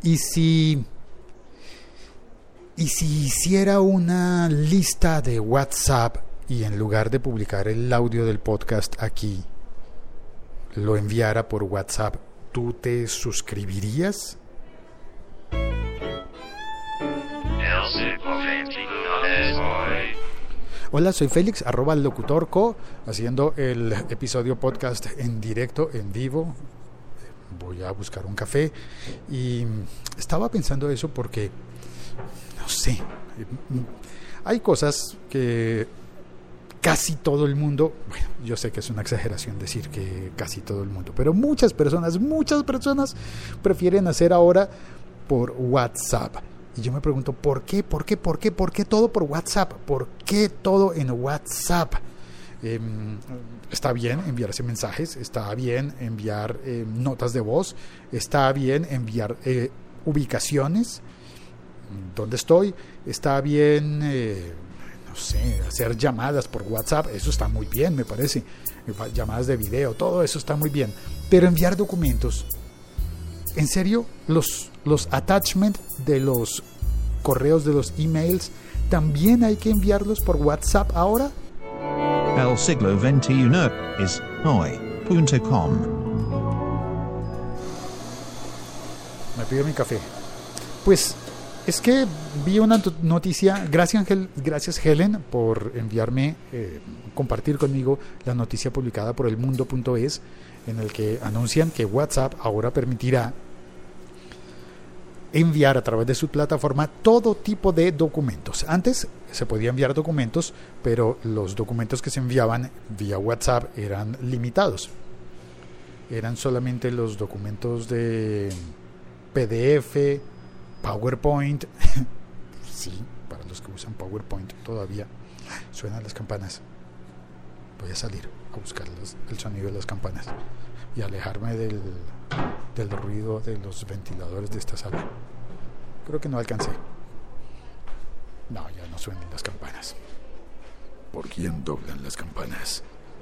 ¿Y si hiciera una lista de WhatsApp y en lugar de publicar el audio del podcast aquí, lo enviara por WhatsApp, ¿tú te suscribirías? Hola, soy Félix, @locutorco, haciendo el episodio podcast en directo, en vivo. Voy a buscar un café y estaba pensando eso porque, no sé, hay cosas que casi todo el mundo, bueno, yo sé que es una exageración decir que casi todo el mundo, pero muchas personas prefieren hacer ahora por WhatsApp. Y yo me pregunto, ¿por qué todo por WhatsApp? ¿Por qué todo en WhatsApp? Está bien enviarse mensajes, está bien enviar notas de voz, está bien enviar ubicaciones, dónde estoy, está bien, no sé, hacer llamadas por WhatsApp, eso está muy bien, me parece, llamadas de video, todo eso está muy bien, pero enviar documentos, ¿en serio? Los attachments de los correos, de los emails, ¿también hay que enviarlos por WhatsApp ahora? El siglo XXI es hoy.com. Me pido mi café. Pues es que vi una noticia, gracias Helen por enviarme, compartir conmigo la noticia publicada por elmundo.es, en el que anuncian que WhatsApp ahora permitirá enviar a través de su plataforma todo tipo de documentos. Antes se podía enviar documentos, pero los documentos que se enviaban vía WhatsApp eran limitados. Eran solamente los documentos de PDF, PowerPoint. Sí, para los que usan PowerPoint todavía suenan las campanas. Voy a salir a buscar el sonido de las campanas y alejarme del ruido de los ventiladores de esta sala. Creo que no alcancé. No, ya no suenan las campanas. ¿Por quién doblan las campanas?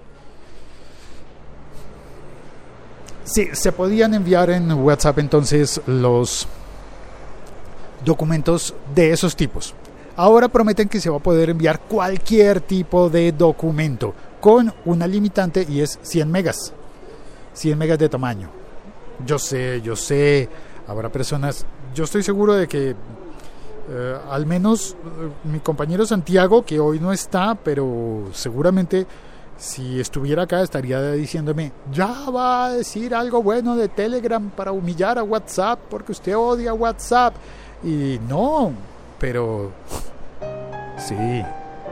Sí, se podían enviar en WhatsApp entonces los documentos de esos tipos. Ahora prometen que se va a poder enviar cualquier tipo de documento con una limitante y es 100 megas. 100 megas de tamaño. Yo sé, habrá personas, yo estoy seguro de que al menos mi compañero Santiago, que hoy no está, pero seguramente si estuviera acá estaría diciéndome, ya va a decir algo bueno de Telegram para humillar a WhatsApp porque usted odia WhatsApp. Y no, pero sí.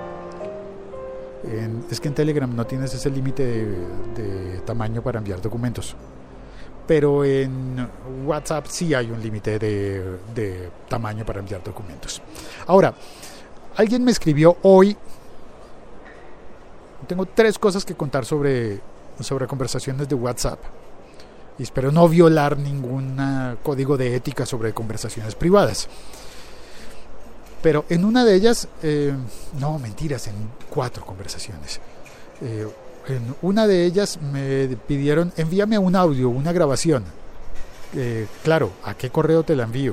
Es que en Telegram no tienes ese límite de tamaño para enviar documentos, pero en WhatsApp sí hay un límite de tamaño para enviar documentos. Ahora, alguien me escribió hoy, tengo 3 cosas que contar sobre conversaciones de WhatsApp y espero no violar ningún código de ética sobre conversaciones privadas. Pero en una de ellas, no, mentiras, en 4 conversaciones. En una de ellas me pidieron, envíame un audio, una grabación. Claro, ¿a qué correo te la envío?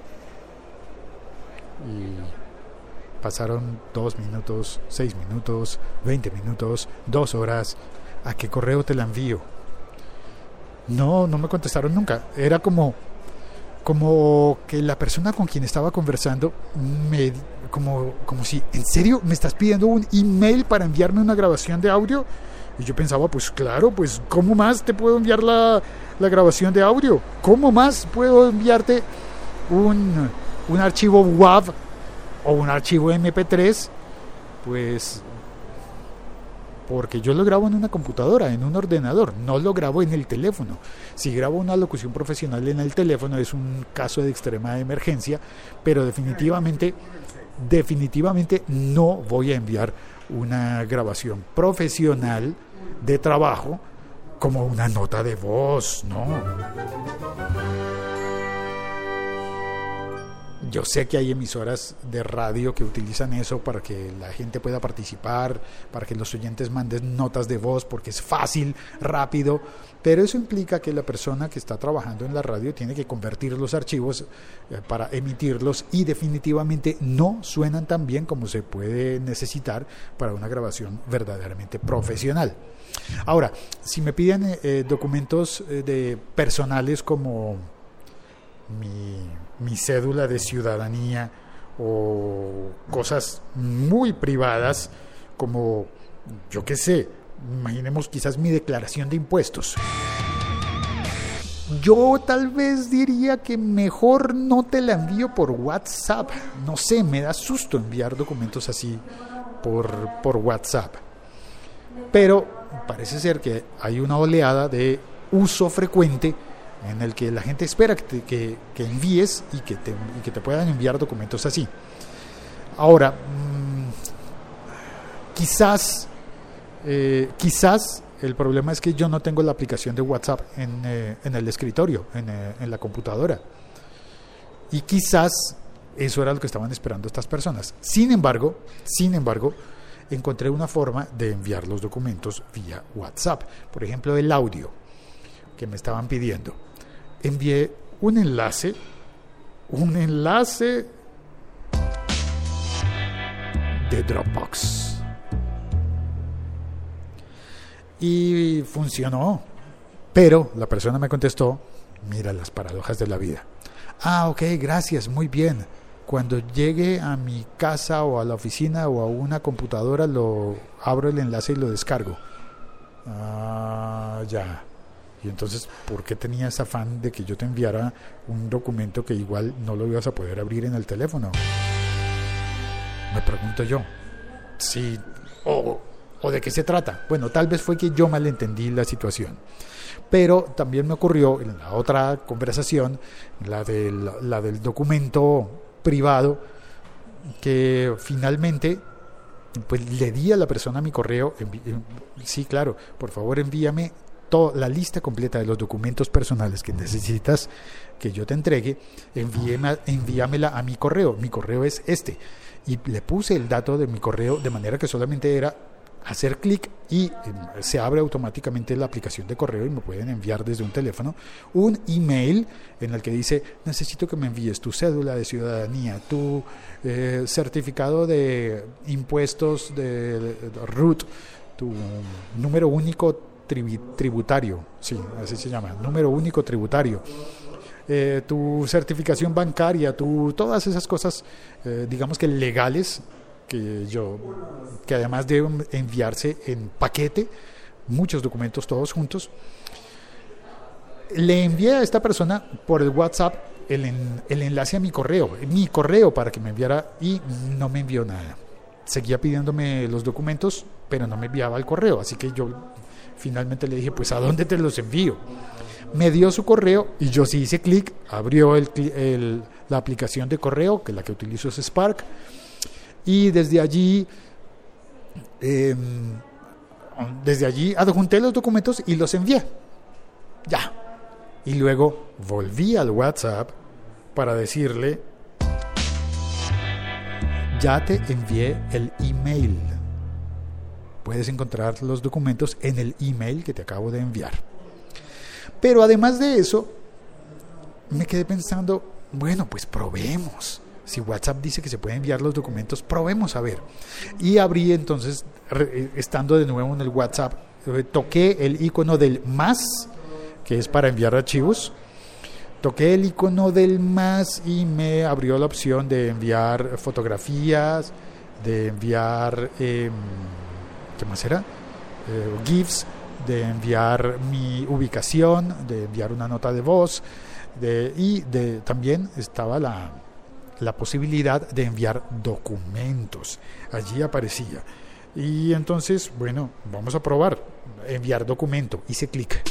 Y pasaron 2 minutos, 6 minutos, 20 minutos, 2 horas. ¿A qué correo te la envío? No me contestaron nunca. Era como que la persona con quien estaba conversando como si, ¿en serio me estás pidiendo un email para enviarme una grabación de audio? Y yo pensaba, pues claro, pues ¿cómo más te puedo enviar la grabación de audio? ¿Cómo más puedo enviarte un archivo WAV o un archivo MP3? Pues porque yo lo grabo en una computadora, en un ordenador, no lo grabo en el teléfono. Si grabo una locución profesional en el teléfono es un caso de extrema emergencia, pero definitivamente no voy a enviar una grabación profesional de trabajo como una nota de voz, no. Yo sé que hay emisoras de radio que utilizan eso para que la gente pueda participar, para que los oyentes manden notas de voz, porque es fácil, rápido, pero eso implica que la persona que está trabajando en la radio tiene que convertir los archivos para emitirlos, y definitivamente no suenan tan bien como se puede necesitar para una grabación verdaderamente profesional. Ahora, si me piden documentos personales como mi cédula de ciudadanía, o cosas muy privadas como, yo qué sé, imaginemos quizás mi declaración de impuestos, yo tal vez diría que mejor no te la envío por WhatsApp. No sé, me da susto enviar documentos así por WhatsApp. Pero parece ser que hay una oleada de uso frecuente en el que la gente espera que envíes y que te puedan enviar documentos así. Ahora, quizás el problema es que yo no tengo la aplicación de WhatsApp en el escritorio, en la computadora. Y quizás eso era lo que estaban esperando estas personas. Sin embargo, encontré una forma de enviar los documentos vía WhatsApp. Por ejemplo, el audio que me estaban pidiendo. Envié un enlace de Dropbox. Y funcionó, pero la persona me contestó: mira las paradojas de la vida. Ok, gracias, muy bien. Cuando llegue a mi casa o a la oficina o a una computadora, abro el enlace y lo descargo. Ya. Y entonces, ¿por qué tenías afán de que yo te enviara un documento que igual no lo ibas a poder abrir en el teléfono? Me pregunto yo. Sí, ¿o de qué se trata? Bueno, tal vez fue que yo malentendí la situación. Pero también me ocurrió en la otra conversación, la del documento privado, que finalmente pues le di a la persona mi correo. Sí, claro, por favor envíame la lista completa de los documentos personales que necesitas que yo te entregue, envíamela a mi correo. Mi correo es este. Y le puse el dato de mi correo de manera que solamente era hacer clic y se abre automáticamente la aplicación de correo y me pueden enviar desde un teléfono un email en el que dice: necesito que me envíes tu cédula de ciudadanía, tu certificado de impuestos de RUT, tu número único tributario, sí, así se llama, número único tributario, tu certificación bancaria, todas esas cosas, digamos que legales, que además deben enviarse en paquete, muchos documentos todos juntos. Le envié a esta persona por el WhatsApp el enlace a mi correo para que me enviara, y no me envió nada. Seguía pidiéndome los documentos, pero no me enviaba el correo, así que yo finalmente le dije: pues ¿a dónde te los envío? Me dio su correo y yo sí hice clic, abrió la aplicación de correo, que la que utilizo es Spark, y desde allí adjunté los documentos y los envié. Ya. Y luego volví al WhatsApp para decirle: ya te envié el email. Puedes encontrar los documentos en el email que te acabo de enviar. Pero además de eso, me quedé pensando: bueno, pues probemos. Si WhatsApp dice que se pueden enviar los documentos, probemos a ver. Y abrí entonces, estando de nuevo en el WhatsApp, toqué el icono del más, que es para enviar archivos. Toqué el icono del más y me abrió la opción de enviar fotografías, de enviar, ¿qué más era? GIFs, de enviar mi ubicación, de enviar una nota de voz, también estaba la posibilidad de enviar documentos. Allí aparecía. Y entonces, bueno, vamos a probar. Enviar documento. Hice clic.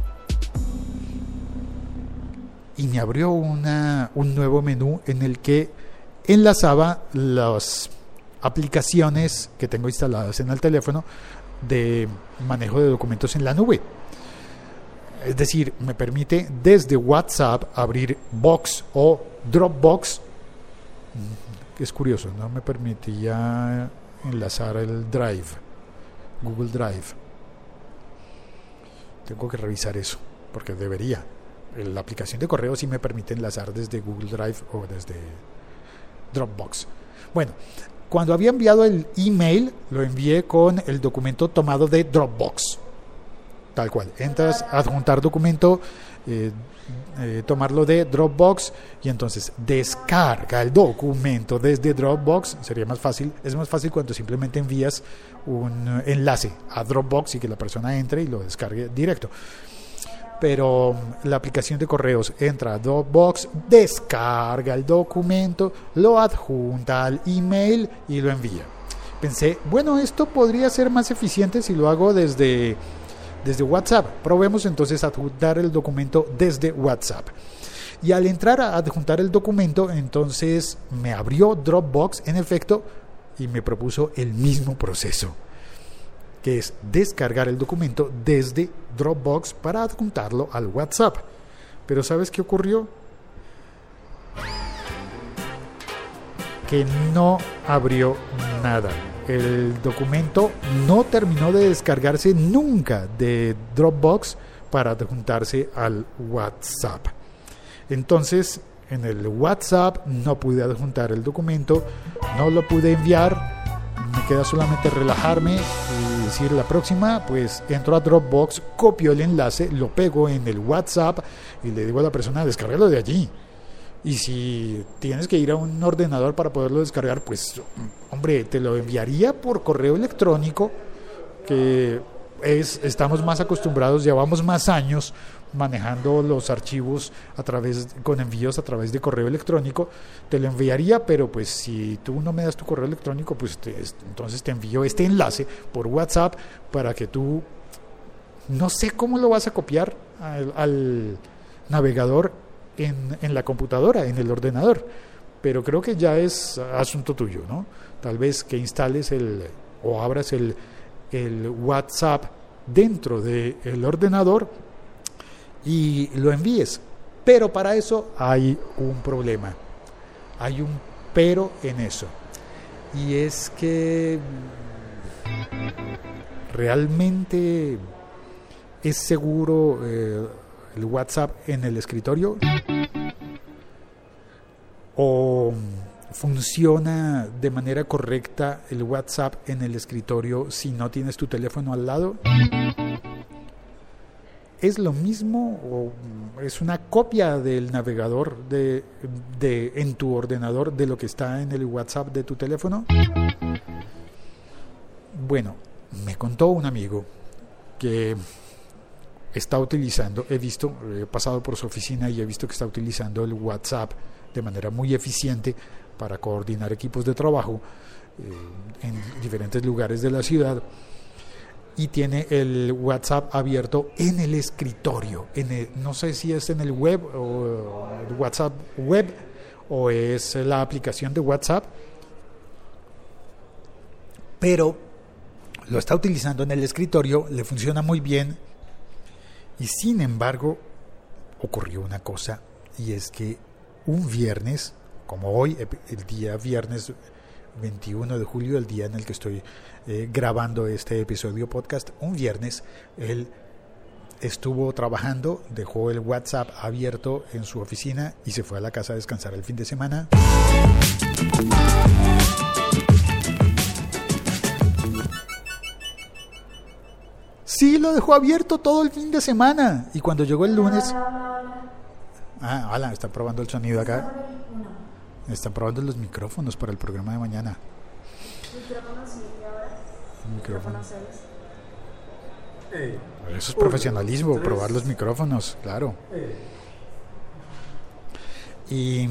Y me abrió un nuevo menú en el que enlazaba las aplicaciones que tengo instaladas en el teléfono de manejo de documentos en la nube. Es decir, me permite desde WhatsApp abrir Box o Dropbox Es curioso, no me permitía enlazar el Drive, Google Drive. Tengo que revisar eso, porque debería. La aplicación de correo sí me permite enlazar desde Google Drive o desde Dropbox. Bueno, cuando había enviado el email, lo envié con el documento tomado de Dropbox. Tal cual. Entras a adjuntar documento, tomarlo de Dropbox y entonces descarga el documento desde Dropbox. Sería más fácil. Es más fácil cuando simplemente envías un enlace a Dropbox y que la persona entre y lo descargue directo. Pero la aplicación de correos entra a Dropbox, descarga el documento, lo adjunta al email y lo envía. Pensé, bueno, esto podría ser más eficiente si lo hago desde WhatsApp. Probemos entonces adjuntar el documento desde WhatsApp. Y al entrar a adjuntar el documento, entonces me abrió Dropbox, en efecto, y me propuso el mismo proceso, que es descargar el documento desde Dropbox para adjuntarlo al WhatsApp. Pero ¿sabes qué ocurrió? Que no abrió nada. El documento no terminó de descargarse nunca de Dropbox para adjuntarse al WhatsApp. Entonces, en el WhatsApp no pude adjuntar el documento, no lo pude enviar. Me queda solamente relajarme y decir la próxima, pues entro a Dropbox, copio el enlace, lo pego en el WhatsApp y le digo a la persona, descárgalo de allí. Y si tienes que ir a un ordenador para poderlo descargar, pues hombre, te lo enviaría por correo electrónico, que estamos más acostumbrados, llevamos más años manejando los archivos con envíos a través de correo electrónico. Te lo enviaría, pero pues si tú no me das tu correo electrónico, pues entonces te envío este enlace por WhatsApp para que tú, no sé cómo lo vas a copiar al navegador en la computadora, en el ordenador, pero creo que ya es asunto tuyo, ¿no? Tal vez que instales o abras el WhatsApp dentro del ordenador y lo envíes. Pero para eso hay un problema, hay un pero en eso, y es que realmente es seguro el WhatsApp en el escritorio, o funciona de manera correcta el WhatsApp en el escritorio si no tienes tu teléfono al lado. ¿Es lo mismo o es una copia del navegador en tu ordenador de lo que está en el WhatsApp de tu teléfono? Bueno, me contó un amigo que está utilizando, he pasado por su oficina y he visto que está utilizando el WhatsApp de manera muy eficiente para coordinar equipos de trabajo en diferentes lugares de la ciudad. Y tiene el WhatsApp abierto en el escritorio, no sé si es en el web o el WhatsApp web o es la aplicación de WhatsApp, pero lo está utilizando en el escritorio, le funciona muy bien. Y sin embargo ocurrió una cosa, y es que un viernes, como hoy, el día viernes 21 de julio, el día en el que estoy grabando este episodio podcast, un viernes él estuvo trabajando, dejó el WhatsApp abierto en su oficina y se fue a la casa a descansar el fin de semana. Sí, lo dejó abierto todo el fin de semana, y cuando llegó el lunes... hola, están probando el sonido acá. Están probando los micrófonos para el programa de mañana. ¿Micrófonos 7 ahora? ¿Micrófonos 6? Eso es profesionalismo, 3. Probar los micrófonos, claro. Y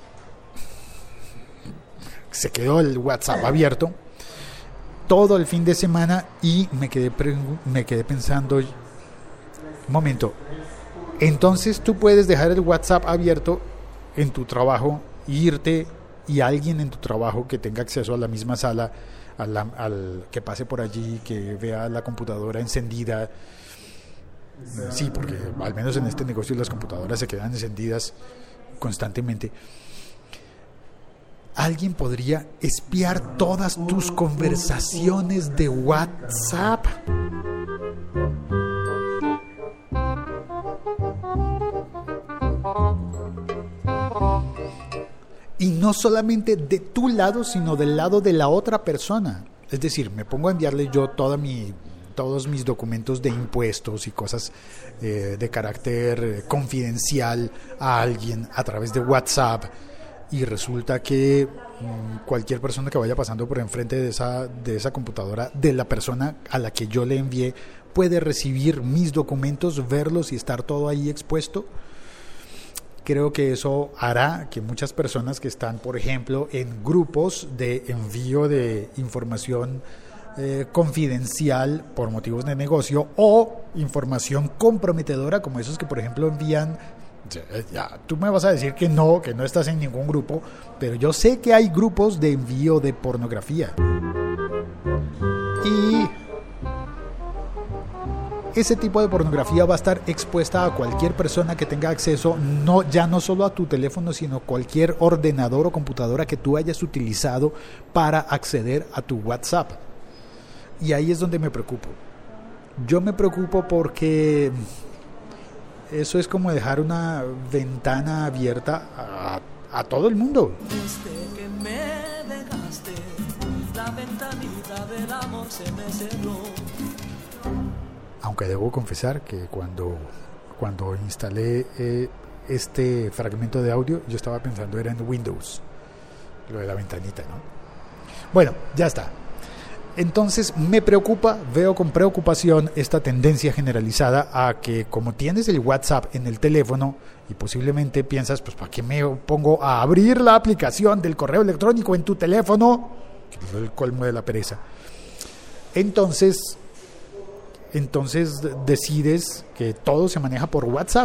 se quedó el WhatsApp abierto todo el fin de semana y me quedé pensando, un momento, entonces tú puedes dejar el WhatsApp abierto en tu trabajo, irte, y alguien en tu trabajo que tenga acceso a la misma sala, al que pase por allí, que vea la computadora encendida. Sí, porque al menos en este negocio las computadoras se quedan encendidas constantemente. alguien podría espiar todas tus conversaciones de WhatsApp. Y no solamente de tu lado, sino del lado de la otra persona. Es decir, me pongo a enviarle yo todos mis documentos de impuestos y cosas de carácter confidencial a alguien a través de WhatsApp, y resulta que cualquier persona que vaya pasando por enfrente de esa computadora de la persona a la que yo le envié puede recibir mis documentos, verlos y estar todo ahí expuesto. Creo que eso hará que muchas personas que están, por ejemplo, en grupos de envío de información confidencial por motivos de negocio o información comprometedora, como esos que, por ejemplo, envían... Ya, tú me vas a decir que no estás en ningún grupo, pero yo sé que hay grupos de envío de pornografía. Y ese tipo de pornografía va a estar expuesta a cualquier persona que tenga acceso, ya no solo a tu teléfono, sino cualquier ordenador o computadora que tú hayas utilizado para acceder a tu WhatsApp. Y ahí es donde me preocupo. Yo me preocupo porque eso es como dejar una ventana abierta a todo el mundo. Desde que me dejaste, la ventanita del amor se me cerró. Aunque debo confesar que cuando instalé este fragmento de audio, yo estaba pensando era en Windows, lo de la ventanita, ¿no? Bueno, ya está. Entonces veo con preocupación esta tendencia generalizada a que, como tienes el WhatsApp en el teléfono y posiblemente piensas, pues ¿para qué me pongo a abrir la aplicación del correo electrónico en tu teléfono? Que es el colmo de la pereza. Entonces decides que todo se maneja por WhatsApp.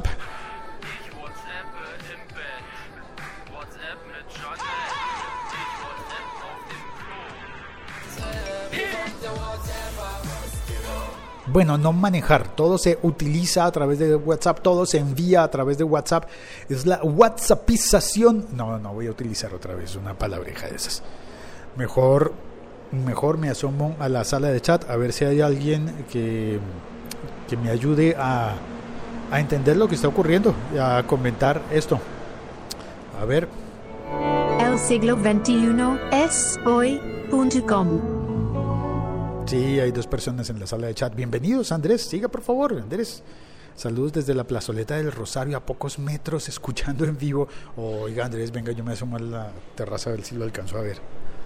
Bueno, no manejar, todo se utiliza a través de WhatsApp, todo se envía a través de WhatsApp. Es la WhatsAppización. No voy a utilizar otra vez una palabreja de esas. Mejor me asomo a la sala de chat a ver si hay alguien que me ayude a entender lo que está ocurriendo y a comentar esto. A ver. El siglo XXI es hoy.com. Sí, hay 2 personas en la sala de chat. Bienvenidos, Andrés. Siga, por favor, Andrés. Saludos desde la plazoleta del Rosario, a pocos metros, escuchando en vivo. Oiga, Andrés, venga, yo me asomo a la terraza a ver si lo alcanzo a ver.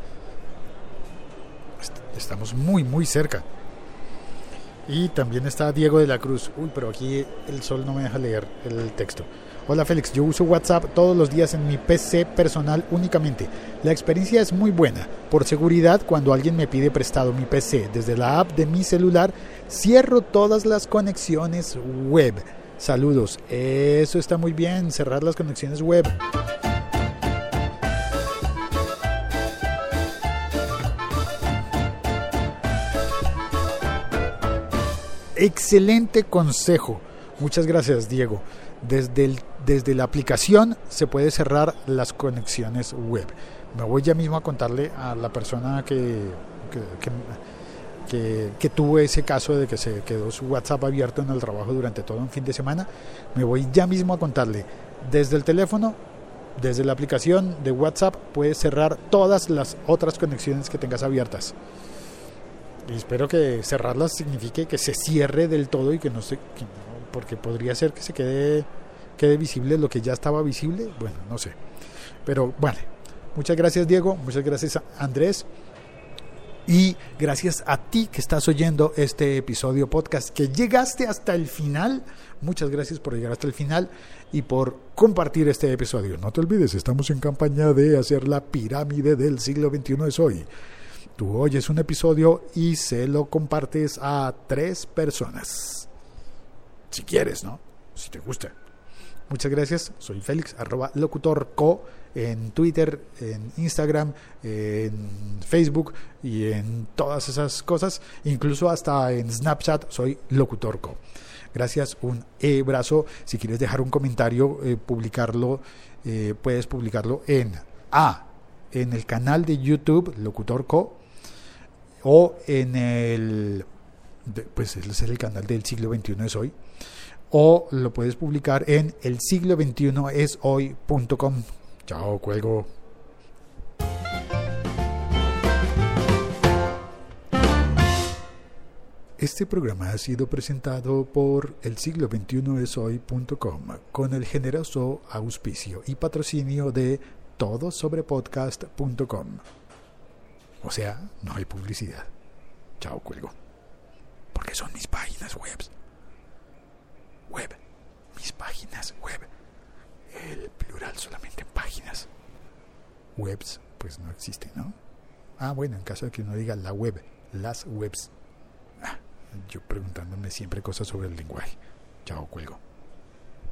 Estamos muy, muy cerca. Y también está Diego de la Cruz. Uy, pero aquí el sol no me deja leer el texto. Hola Félix, yo uso WhatsApp todos los días en mi PC personal únicamente. La experiencia es muy buena. Por seguridad, cuando alguien me pide prestado mi PC desde la app de mi celular, cierro todas las conexiones web. Saludos. Eso está muy bien, cerrar las conexiones web. Excelente consejo. Muchas gracias, Diego. Desde la aplicación se puede cerrar las conexiones web. Me voy ya mismo a contarle a la persona que tuvo ese caso de que se quedó su WhatsApp abierto en el trabajo durante todo un fin de semana. Me voy ya mismo a contarle. Desde el teléfono, desde la aplicación de WhatsApp, puedes cerrar todas las otras conexiones que tengas abiertas. Y espero que cerrarlas signifique que se cierre del todo y que no se... porque podría ser que se quede visible lo que ya estaba visible. Bueno, no sé. Pero bueno, muchas gracias, Diego. Muchas gracias, Andrés. Y gracias a ti que estás oyendo este episodio podcast, que llegaste hasta el final. Muchas gracias por llegar hasta el final y por compartir este episodio. No te olvides, estamos en campaña de hacer la pirámide del siglo XXI es hoy. Tú oyes un episodio y se lo compartes a 3 personas. Si quieres, ¿no? Si te gusta. Muchas gracias. Soy Félix, @locutorco en Twitter, en Instagram, en Facebook y en todas esas cosas. Incluso hasta en Snapchat soy Locutorco. Gracias, un abrazo. Si quieres dejar un comentario, publicarlo, puedes publicarlo en en el canal de YouTube Locutor Co, o en el, pues es el canal del Siglo XXI es Hoy, o lo puedes publicar en elsiglo21eshoy.com. Chao, cuelgo. Este programa ha sido presentado por elsiglo21eshoy.com con el generoso auspicio y patrocinio de todosobrepodcast.com. O sea, no hay publicidad. Chao, cuelgo. Porque son mis páginas web. Mis páginas web. El plural solamente en páginas. Webs, pues no existe, ¿no? Ah, bueno, en caso de que uno diga la web, las webs. Yo preguntándome siempre cosas sobre el lenguaje. Chao, cuelgo.